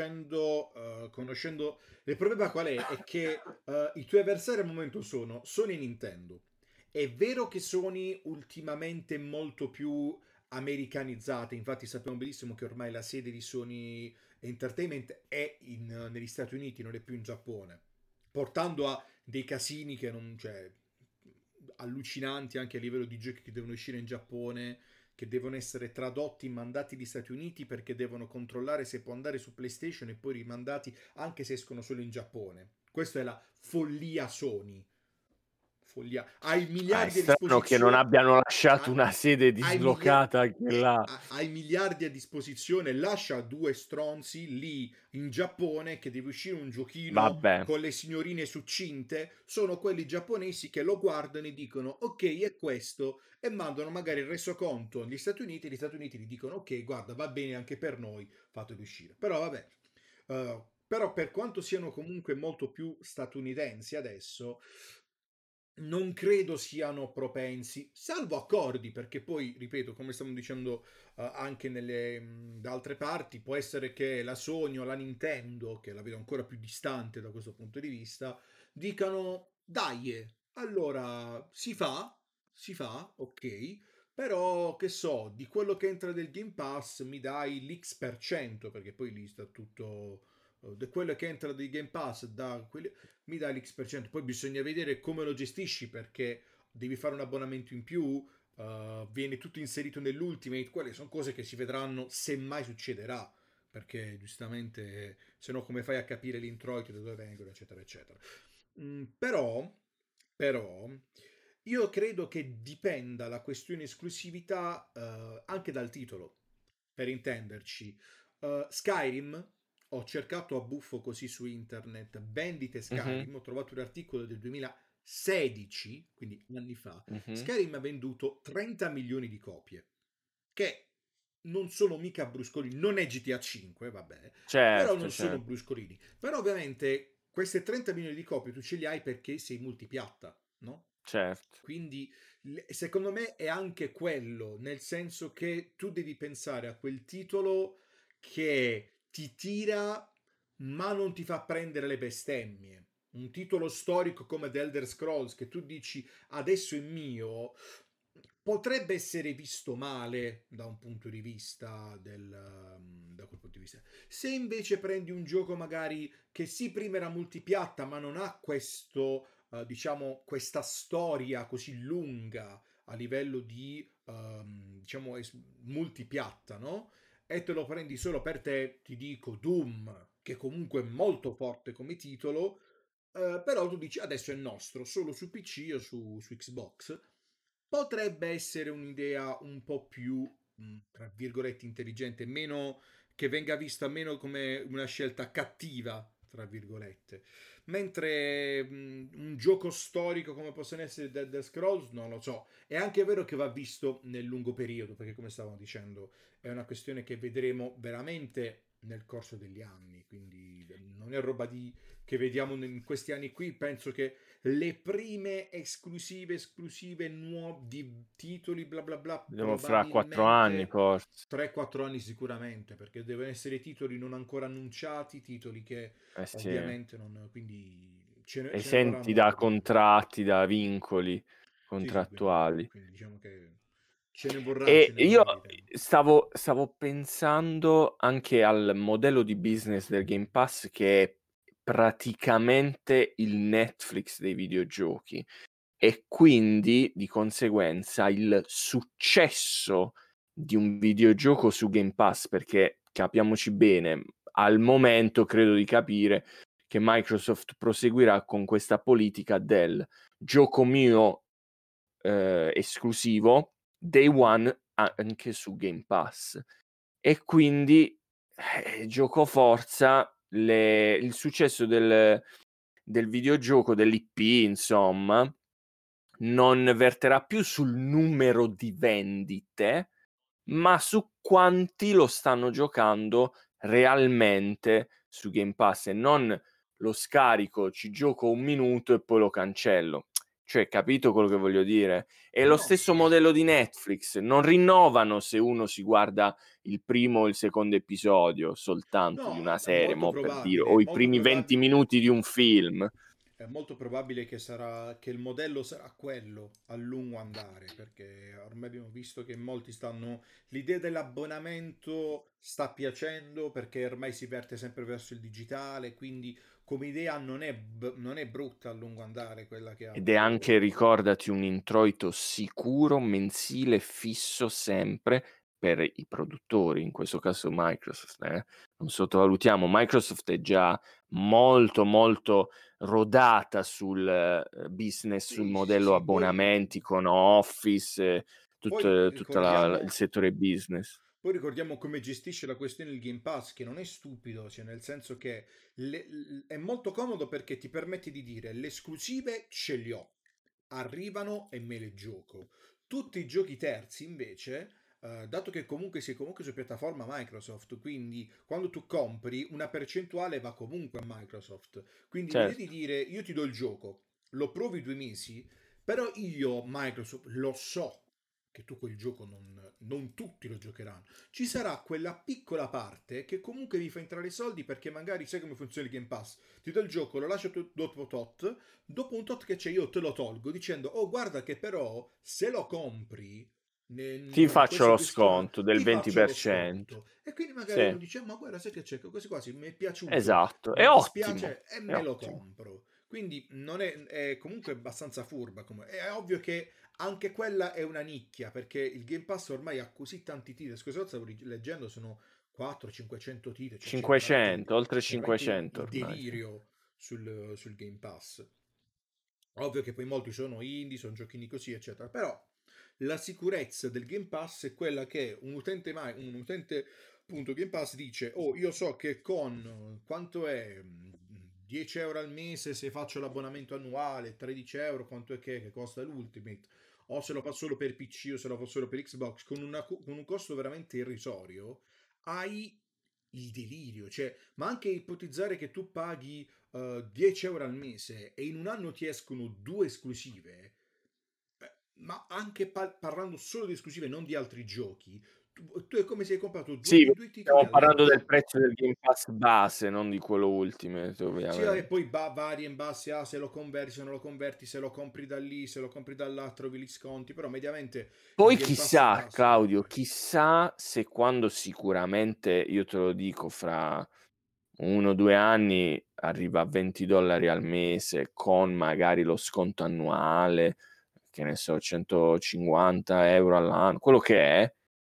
conoscendo il problema qual è? È che i tuoi avversari al momento sono Sony e Nintendo. È vero che Sony ultimamente è molto più americanizzata, infatti sappiamo benissimo che ormai la sede di Sony Entertainment è negli Stati Uniti, non è più in Giappone, portando a dei casini che non, cioè, allucinanti anche a livello di giochi che devono uscire in Giappone, che devono essere tradotti, mandati agli Stati Uniti perché devono controllare se può andare su PlayStation e poi rimandati anche se escono solo in Giappone. Questa è la follia Sony. Follia. Hai Ah, è miliardi a strano che non disposizione. abbiano lasciato ha- una sede Hai, milia- dislocata anche là. hai miliardi a disposizione. Lascia due stronzi lì in Giappone che deve uscire un giochino Vabbè, con le signorine succinte. Sono quelli giapponesi che lo guardano e dicono ok, è questo, e mandano magari il resoconto agli Stati Uniti, e gli Stati Uniti gli dicono ok, guarda, va bene anche per noi, fatelo uscire. Però vabbè. Però per quanto siano comunque molto più statunitensi adesso, non credo siano propensi, salvo accordi, perché poi, ripeto, come stiamo dicendo anche da altre parti, può essere che la Sony o la Nintendo, che la vedo ancora più distante da questo punto di vista, dicano, dai, allora si fa, ok, però che so, di quello che entra del Game Pass mi dai l'X%, perché poi lì sta tutto... di quello che entra del Game Pass da quelli, mi dai l'X%, poi bisogna vedere come lo gestisci perché devi fare un abbonamento in più, viene tutto inserito nell'Ultimate, quelle sono cose che si vedranno se mai succederà, perché giustamente se no come fai a capire l'introito da dove vengono, eccetera, eccetera. Però, io credo che dipenda la questione esclusività anche dal titolo, per intenderci. Skyrim, ho cercato a buffo così su internet, vendite mh-mh, Skyrim, ho trovato un articolo del 2016, quindi anni fa. mh-mh. Skyrim ha venduto 30 milioni di copie, che non sono mica bruscolini, non è GTA 5, vabbè, però Certo, non sono cer bruscolini. Però ovviamente queste 30 milioni di copie tu ce li hai perché sei multipiatta, no? certo. Quindi secondo me è anche quello, nel senso che tu devi pensare a quel titolo che ti tira ma non ti fa prendere le bestemmie. Un titolo storico come The Elder Scrolls che tu dici adesso è mio, potrebbe essere visto male da un punto di vista da quel punto di vista. Se invece prendi un gioco magari che sì prima era multipiatta ma non ha questo diciamo questa storia così lunga a livello di diciamo multipiatta, no? E te lo prendi solo per te, ti dico Doom, che comunque è molto forte come titolo, però tu dici adesso è nostro, solo su PC o su Xbox. Potrebbe essere un'idea un po' più, tra virgolette, intelligente, meno che venga vista meno come una scelta cattiva, tra virgolette. Mentre un gioco storico come possono essere The Scrolls, non lo so. È anche vero che va visto nel lungo periodo, perché come stavamo dicendo, è una questione che vedremo veramente nel corso degli anni, quindi non è roba che vediamo in questi anni qui. Penso che le prime esclusive di titoli bla bla bla Vediamo fra 4 anni probabilmente forse. 3-4 anni sicuramente, perché devono essere titoli non ancora annunciati, titoli che Eh sì. ovviamente non, quindi ce ne vorrà Esenti da molto tempo. contratti, da vincoli Sì, sì, quindi, contrattuali. quindi diciamo che ce E ne io vorrà di tempo. stavo pensando anche al modello di business del Game Pass che è praticamente il Netflix dei videogiochi e quindi di conseguenza il successo di un videogioco su Game Pass, perché capiamoci bene, al momento credo di capire che Microsoft proseguirà con questa politica del gioco mio esclusivo day Mhm. one anche su Game Pass. E quindi gioco forza il successo del videogioco, dell'IP, insomma, non verterà più sul numero di vendite, ma su quanti lo stanno giocando realmente su Game Pass e non lo scarico, ci gioco un minuto e poi lo cancello. Cioè, capito quello che voglio dire? È lo No, stesso modello di Netflix, non rinnovano se uno si guarda il primo o il secondo episodio soltanto di no, una serie, mo per dire, o i molto primi 20 probabile. minuti di un film. È molto probabile che il modello sarà quello a lungo andare, perché ormai abbiamo visto che molti stanno. L'idea dell'abbonamento sta piacendo perché ormai si verte sempre verso il digitale, quindi come idea non è brutta a lungo andare quella che ha Ed è anche, avuto. ricordati, un introito sicuro, mensile, fisso sempre per i produttori, in questo caso Microsoft, non sottovalutiamo, Microsoft è già molto, molto rodata sul business, sul Sì, sì, sì, modello sì. abbonamenti con Office, Poi tutto il ricordiamo, settore business. Poi ricordiamo come gestisce la questione il Game Pass, che non è stupido, cioè nel senso che è molto comodo perché ti permette di dire le esclusive ce li ho, arrivano e me le gioco. Tutti i giochi terzi invece, dato che comunque sei comunque su piattaforma Microsoft, quindi quando tu compri una percentuale va comunque a Microsoft. Quindi l'idea di Certo. dire io ti do il gioco, lo provi 2 mesi, però io Microsoft lo so che tu quel gioco non tutti lo giocheranno. Ci sarà quella piccola parte che comunque vi fa entrare i soldi perché magari sai come funziona il Game Pass. Ti do il gioco, lo lascio dopo tot, dopo un tot che c'è io te lo tolgo dicendo oh guarda che però se lo compri Ti in faccio questi lo due settimane sconto del ti faccio lo 20%. sconto. E quindi magari Sì, uno dice ma guarda sai che c'è, così quasi mi è piaciuto, esatto, mi è dispiace ottimo, e è me lo ottimo. compro. Quindi non è comunque abbastanza furba. È ovvio che anche quella è una nicchia perché il Game Pass ormai ha così tanti titoli. Scusa, stavo leggendo, sono 400-500 titoli, cioè 500, oltre c'è veramente 500 il ormai, sì. delirio sul Game Pass. Ovvio che poi molti sono indie, sono giochini così, eccetera. Però la sicurezza del Game Pass è quella che un utente appunto Game Pass dice: Oh, io so che con quanto è 10 euro al mese se faccio l'abbonamento annuale, 13 euro, quanto è che costa l'Ultimate, o se lo fa solo per PC o se lo fa solo per Xbox, con un costo veramente irrisorio, hai il delirio. Cioè, ma anche ipotizzare che tu paghi 10 euro al mese e in un anno ti escono 2 esclusive, ma anche parlando solo di esclusive, non di altri giochi, tu è come se hai comprato Sì, due titoli stiamo al parlando del lancio. prezzo del Game Pass base, non di quello Ultimate, Sì, e ovviamente. poi varia in base a se lo converti, se non lo converti, se lo compri da lì, se lo compri da là, trovi gli sconti, però mediamente il Poi Game Pass chissà, base. Claudio, chissà se quando sicuramente, io te lo dico, fra 1 o 2 anni arriva a $20 al mese con magari lo sconto annuale, che ne so, 150 € all'anno, quello che è.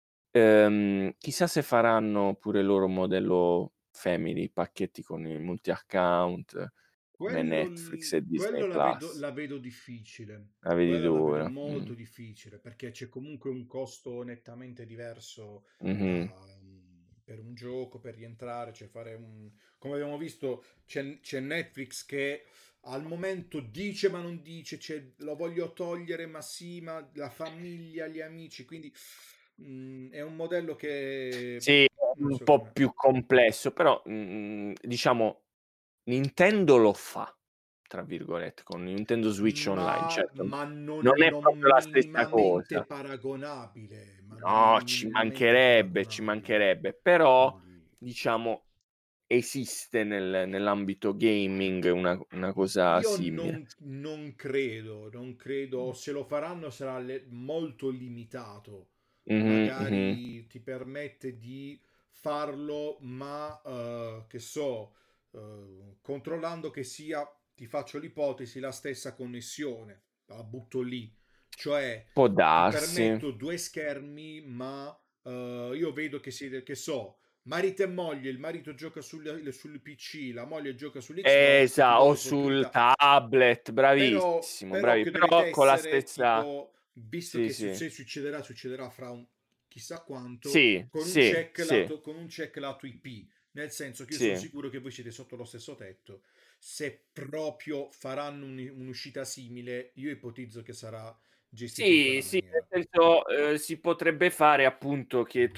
Chissà se faranno pure il loro modello family, pacchetti con i multi-account, come Netflix e Disney Quello Plus. la vedo difficile. La vedi Quella la vedo dura. molto difficile perché c'è comunque un costo nettamente diverso Mh-mh. per un gioco, per rientrare, cioè fare un. Come abbiamo visto, c'è Netflix che al momento dice ma non dice, lo voglio togliere, ma sì, ma la famiglia, gli amici, quindi è un modello che Sì, è non un so po' come. più complesso, però, diciamo Nintendo lo fa, tra virgolette, con Nintendo Switch Online, Ma certo, ma non non è non proprio la stessa minimamente cosa. paragonabile, ma No, non minimamente ci paragonabile. mancherebbe, però Quindi diciamo esiste nell'ambito gaming una cosa io simile. non credo, o se lo faranno sarà molto limitato. Mh-mh, mh-mh. Magari ti permette di farlo, ma che so, controllando che sia, ti faccio l'ipotesi, la stessa connessione. La butto lì. Cioè, Può ti darsi. permetto due schermi, ma io vedo che so, marito e moglie, il marito gioca sul PC, la moglie gioca sull'Xbox, ti do O sul l'opportunità. tablet, Però, bravissimo, però bravi che però dovete con la essere stessa tipo, visto sì, che sì. se succederà fra un chissà quanto, Sì, con un sì, check sì, lato, con un check lato IP. Nel senso che io sono sì. sicuro che voi siete sotto lo stesso tetto. Se proprio faranno un'uscita simile, io ipotizzo che sarà gestito in Sì, quella sì, nel maniera. senso, si potrebbe fare appunto che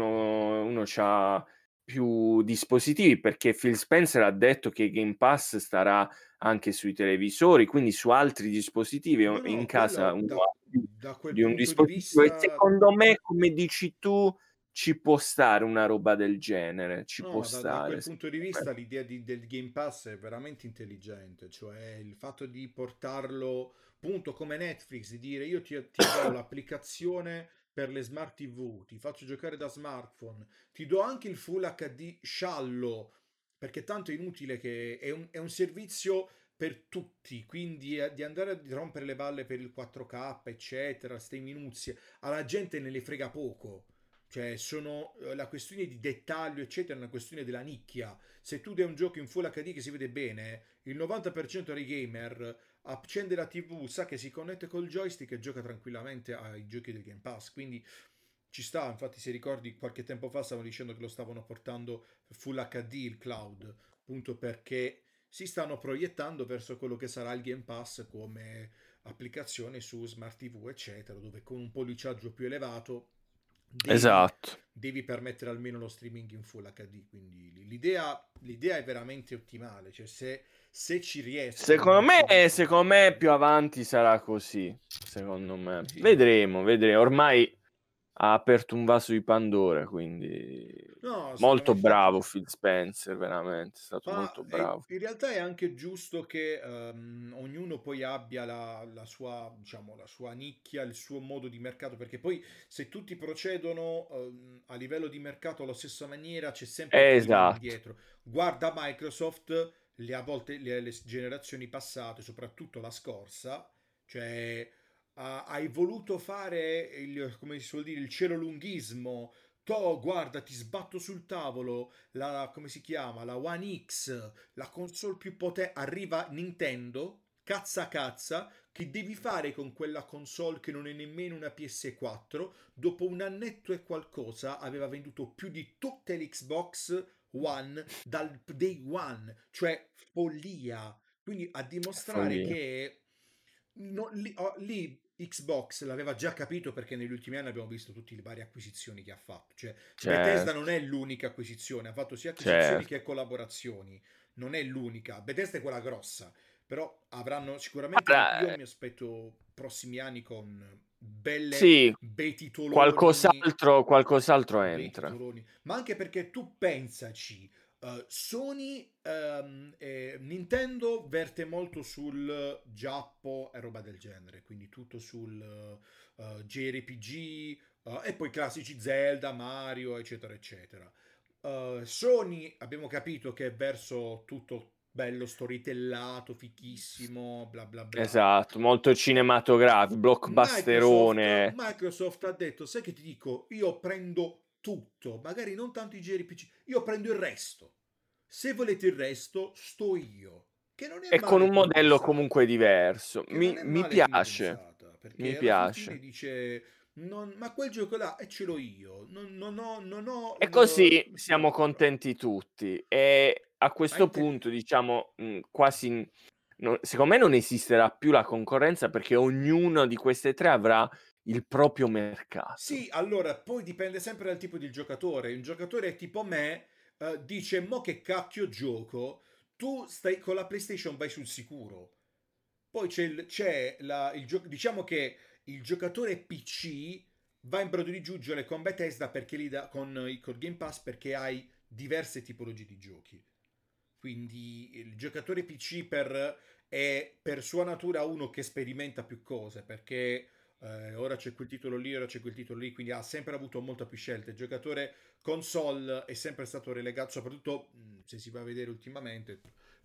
uno c'ha più dispositivi, perché Phil Spencer ha detto che Game Pass starà anche sui televisori, quindi su altri dispositivi o No, in no, casa quello uno da, ha più da quel di un punto di dispositivo e vista. secondo me, come dici tu, ci può stare una roba del genere, ci No, può ma da quel stare punto di secondo vista me. l'idea del Game Pass è veramente intelligente, cioè il fatto di portarlo, appunto come Netflix, di dire io ti do l'applicazione per le smart TV, ti faccio giocare da smartphone, ti do anche il Full HD sciallo, perché tanto è inutile che è un servizio per tutti, quindi di andare a rompere le balle per il 4K, eccetera, ste minuzie, alla gente ne le frega poco. Cioè, sono la questione di dettaglio, eccetera, è una questione della nicchia. Se tu dai un gioco in Full HD che si vede bene, il 90% dei gamer accende la TV, sa che si connette col joystick e gioca tranquillamente ai giochi del Game Pass. Quindi ci sta, infatti, se ricordi, qualche tempo fa stavano dicendo che lo stavano portando Full HD il cloud, appunto perché si stanno proiettando verso quello che sarà il Game Pass come applicazione su Smart TV, eccetera, dove con un pollicciaggio più elevato devi, Esatto. devi permettere almeno lo streaming in Full HD. Quindi l'idea è veramente ottimale. Cioè, se ci riescono a Secondo soddisfare, me più avanti sarà così, secondo me. sì. Vedremo. Ormai ha aperto un vaso di Pandora, quindi No, secondo me molto infatti. bravo Phil Spencer, veramente, è stato Ma molto bravo. in realtà è anche giusto che ognuno poi abbia la sua, diciamo, la sua nicchia, il suo modo di mercato, perché poi se tutti procedono a livello di mercato alla stessa maniera, c'è sempre chi rimane Esatto, indietro. Guarda Microsoft, a volte le generazioni passate, soprattutto la scorsa, cioè hai voluto fare come si suol dire, il cielo lunghismo. Guarda, ti sbatto sul tavolo come si chiama? La One X, la console più potente. Arriva Nintendo, cazza cazza, che devi fare con quella console che non è nemmeno una PS4? Dopo un annetto e qualcosa aveva venduto più di tutte le Xbox One dal day one, cioè follia. Quindi a dimostrare follia. che lì Xbox l'aveva già capito perché negli ultimi anni abbiamo visto tutte le varie acquisizioni che ha fatto. Cioè, Bethesda non Certo, è l'unica acquisizione, ha fatto sia acquisizioni che certo. collaborazioni. Non è l'unica. Bethesda è quella grossa, però avranno sicuramente Guarda, io mi aspetto prossimi anni con sì, bei titoloni, qualcos'altro bei entra. titoloni, ma anche perché tu pensaci, Sony, Nintendo verte molto sul Giappo e roba del genere, quindi tutto sul JRPG, e poi classici Zelda, Mario, eccetera, eccetera. Sony abbiamo capito che è verso tutto bello storytellato, fichissimo, bla bla bla. Esatto, molto cinematografico, Microsoft, blockbusterone. Microsoft ha detto, sai che ti dico, io prendo tutto, magari non tanto i JRPG, io prendo il resto. Se volete il resto, sto io. Che non è E con male un come modello comunque pensata. diverso. Che non è Mi male come piace, pensata. mi Perché alla fin fine piace. dice, ma quel gioco là, e ce l'ho io. Non ho E così come si siamo chiamava? contenti tutti. E a Ma questo punto, diciamo, quasi secondo me non esisterà più la concorrenza perché ognuno di queste 3 avrà il proprio mercato. Sì, allora, poi dipende sempre dal tipo di giocatore. Un giocatore tipo me dice, mo che cacchio gioco? tu stai con la PlayStation, vai sul sicuro. Poi diciamo che il giocatore PC va in brodo di giuggiole con Bethesda perché col Game Pass, perché hai diverse tipologie di giochi. Quindi il giocatore PC è per sua natura uno che sperimenta più cose, perché ora c'è quel titolo lì, ora c'è quel titolo lì, quindi ha sempre avuto molta più scelta. Il giocatore console è sempre stato relegato, soprattutto se si va a vedere ultimamente,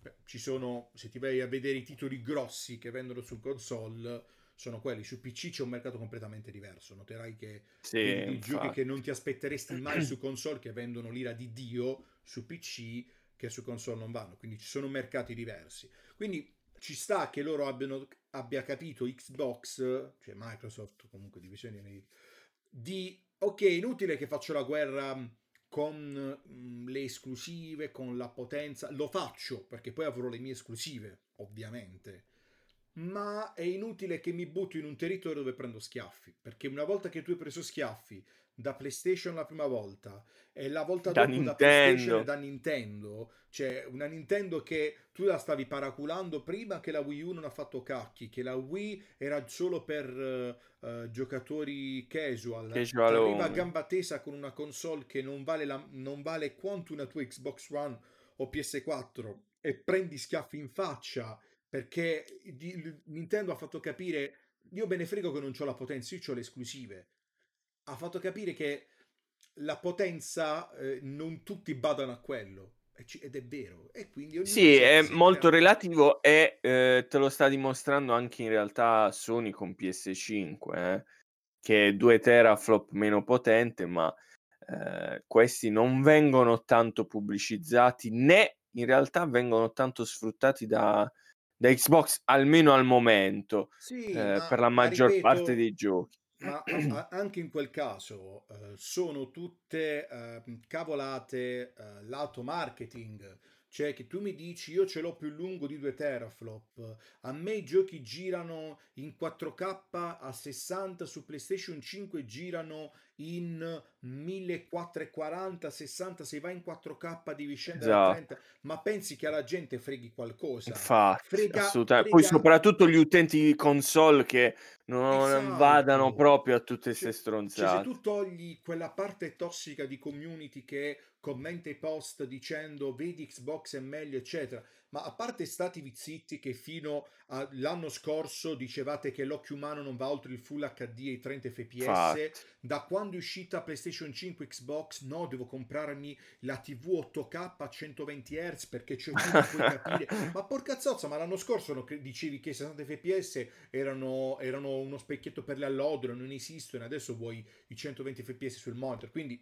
se ti vai a vedere i titoli grossi che vendono su console, sono quelli. Su PC c'è un mercato completamente diverso. Noterai che Sì, vedi dei giochi che infatti. non ti aspetteresti mai su console che vendono l'ira di Dio su PC che su console non vanno, quindi ci sono mercati diversi. Quindi ci sta che loro abbia capito Xbox, cioè Microsoft, comunque divisioni di ok, inutile che faccio la guerra con le esclusive, con la potenza, lo faccio perché poi avrò le mie esclusive, ovviamente. Ma è inutile che mi butto in un territorio dove prendo schiaffi, perché una volta che tu hai preso schiaffi da PlayStation la prima volta e la volta Da dopo da PlayStation e Nintendo. da Nintendo, cioè una Nintendo che tu la stavi paraculando prima che la Wii U non ha fatto cacchi, che la Wii era solo per giocatori casual, ti Casual arriva a only. gamba tesa con una console che non vale quanto una tua Xbox One o PS4 e prendi schiaffi in faccia perché Nintendo ha fatto capire, io me ne frego che non ho la potenza, io ho le esclusive. Ha fatto capire che la potenza non tutti badano a quello. Ed è vero. E quindi ognuno Sì, si è molto rosicchia. relativo e te lo sta dimostrando anche in realtà Sony con PS5, che è 2 teraflop meno potente, ma questi non vengono tanto pubblicizzati né in realtà vengono tanto sfruttati da Xbox, almeno al momento, Sì, per la ma maggior parte ripeto, dei giochi. ma anche in quel caso sono tutte cavolate lato marketing. Cioè che tu mi dici io ce l'ho più lungo di 2 teraflop, a me i giochi girano in 4K a 60, su PlayStation 5 girano in 1440, 60, se vai in 4K devi scendere a Esatto. 30, ma pensi che alla gente freghi qualcosa? Infatti, Frega, poi frega. soprattutto gli utenti di console che non vadano Esatto. proprio a tutte 'ste Se stronzate. tu togli quella parte tossica di community che commenta i post dicendo vedi Xbox è meglio, eccetera, ma a parte stati zitti che fino all'anno scorso dicevate che l'occhio umano non va oltre il Full HD e i 30 fps, Infatti. da quando è uscita PlayStation 5 Xbox, no, devo comprarmi la TV 8K a 120 Hz perché tu non puoi capire. Ma porca zozza, ma l'anno scorso dicevi che 60 fps erano uno specchietto per le allodole, non esistono, adesso vuoi i 120 fps sul monitor, quindi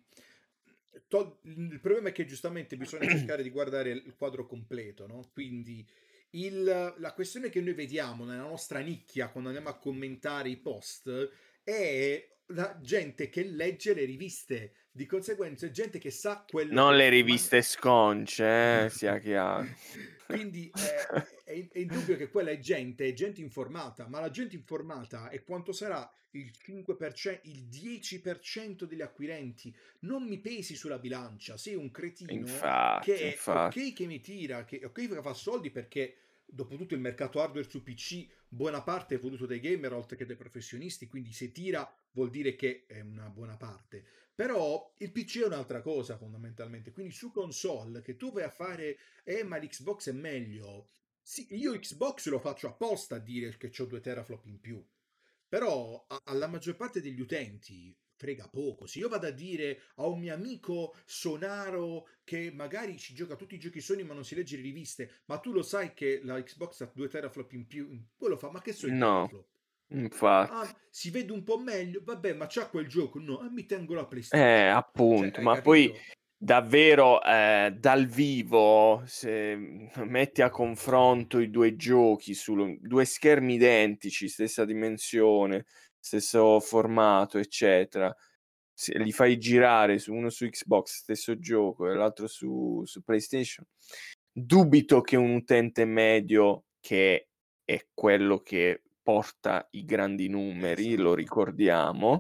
il problema è che giustamente bisogna cercare di guardare il quadro completo, no? Quindi la questione che noi vediamo nella nostra nicchia quando andiamo a commentare i post è la gente che legge le riviste, di conseguenza è gente che sa quello Non le che riviste sconce, sia chiaro. quindi è indubbio che quella è gente informata, ma la gente informata è quanto sarà il 5%, il 10% degli acquirenti. Non mi pesi sulla bilancia, sei un cretino Infatti, che è infatti. ok che mi tira, che ok che fa soldi perché dopo tutto il mercato hardware su PC buona parte è voluto dai gamer oltre che dai professionisti, quindi se tira vuol dire che è una buona parte. Però il PC è un'altra cosa fondamentalmente, quindi su console che tu vai a fare ma l'Xbox è meglio. Sì, io Xbox lo faccio apposta a dire che ho 2 teraflop in più. Però alla maggior parte degli utenti frega poco. Se io vado a dire a un mio amico Sonaro che magari ci gioca tutti i giochi Sony ma non si legge le riviste, ma tu lo sai che la Xbox ha 2 teraflop in più, quello fa, ma che so i No, teraflop? infatti. Ah, si vede un po' meglio, vabbè, ma c'ha quel gioco? No, mi tengo la PlayStation. Cioè, Appunto, hai ma poi capito? davvero, dal vivo, se metti a confronto i 2 giochi su 2 schermi identici, stessa dimensione, stesso formato, eccetera, se li fai girare uno su Xbox, stesso gioco, e l'altro su PlayStation, dubito che un utente medio, che è quello che porta i grandi numeri, lo Esatto. ricordiamo,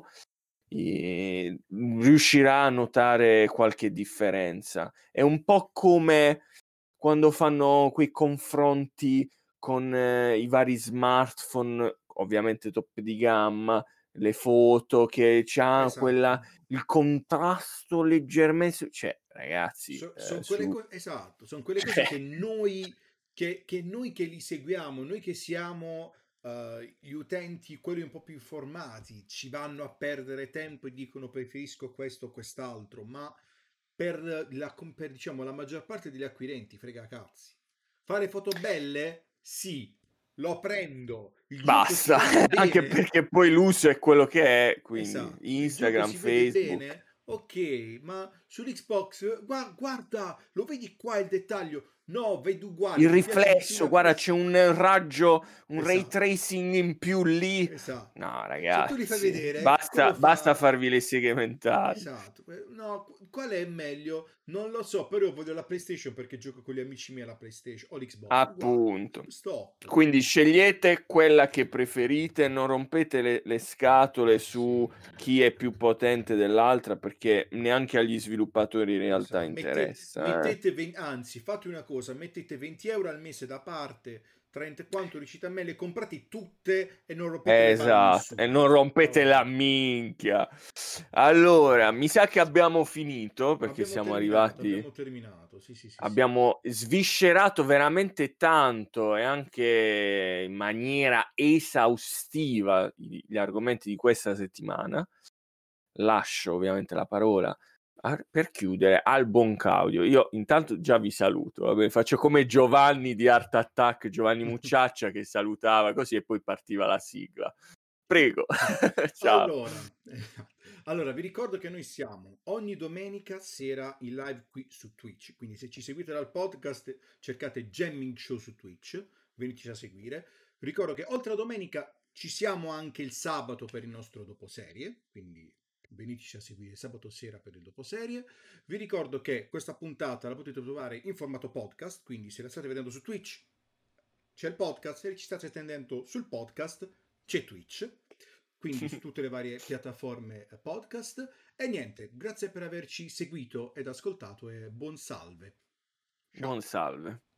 riuscirà a notare qualche differenza. È un po' come quando fanno quei confronti con i vari smartphone, ovviamente top di gamma, le foto che c'ha quella Esatto. il contrasto leggerme cioè ragazzi, Son quelle su esatto, son quelle cose cioè che noi che li seguiamo, noi che siamo, gli utenti, quelli un po' più informati, ci vanno a perdere tempo e dicono: "Preferisco questo o quest'altro", ma per diciamo la maggior parte degli acquirenti frega cazzi. Fare foto belle? Sì, lo prendo. Il gioco si basta, vede anche bene? perché poi l'uso è quello che è, quindi Esatto, il gioco Instagram, si vede Facebook. bene? Ok, ma sull'Xbox, guarda, lo vedi qua il dettaglio? No, vedi uguale, Il ti piace di più riflesso, la guarda c'è un raggio, un ray Esatto, tracing in più lì. esatto. No Se tu li fai ragazzi, vedere, basta quello basta fa... farvi le seghe mentali. Esatto, no, qual è meglio? Non lo so, però io voglio la PlayStation perché gioco con gli amici miei alla PlayStation o l'Xbox, uguale, Appunto. stop. Quindi scegliete quella che preferite, non rompete le scatole Sì. su chi è più potente dell'altra, perché neanche agli sviluppatori in realtà Esatto. interessa, eh. Anzi, fate una cosa, mettete 20 euro al mese da parte, 30, quanto riuscite a me, le comprate tutte e non rompete le balle a Esatto, e nessuno. non rompete la Oh, minchia. Allora, mi sa che abbiamo finito perché siamo arrivati abbiamo terminato, sì, sì, sì, sì. abbiamo sviscerato veramente tanto e anche in maniera esaustiva gli argomenti di questa settimana. Lascio ovviamente la parola per chiudere al buon Claudio. Io intanto già vi saluto, vabbè, faccio come Giovanni di Art Attack, Giovanni Mucciaccia che salutava così e poi partiva la sigla. Prego. Ciao. Allora, allora, vi ricordo che noi siamo ogni domenica sera in live qui su Twitch, quindi se ci seguite dal podcast cercate Jamming Show su Twitch, veniteci a seguire. Vi ricordo che oltre a domenica ci siamo anche il sabato per il nostro doposerie, quindi veniteci a seguire sabato sera per il doposerie. Vi ricordo che questa puntata la potete trovare in formato podcast, quindi se la state vedendo su Twitch c'è il podcast, se ci state attendendo sul podcast c'è Twitch, quindi su tutte le varie piattaforme podcast. E niente, grazie per averci seguito ed ascoltato e buon salve. Buon Ciao. salve.